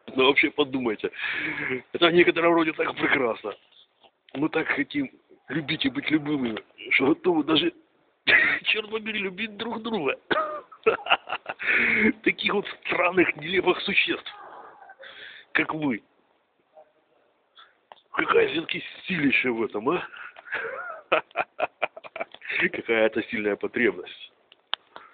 Ну вообще подумайте. Это в некотором роде так прекрасно. Мы так хотим любить и быть любимыми, что готовы даже, черт побери, любить друг друга. Таких вот странных, нелепых существ, как вы. Какая все-таки силища в этом, а? Какая это сильная потребность.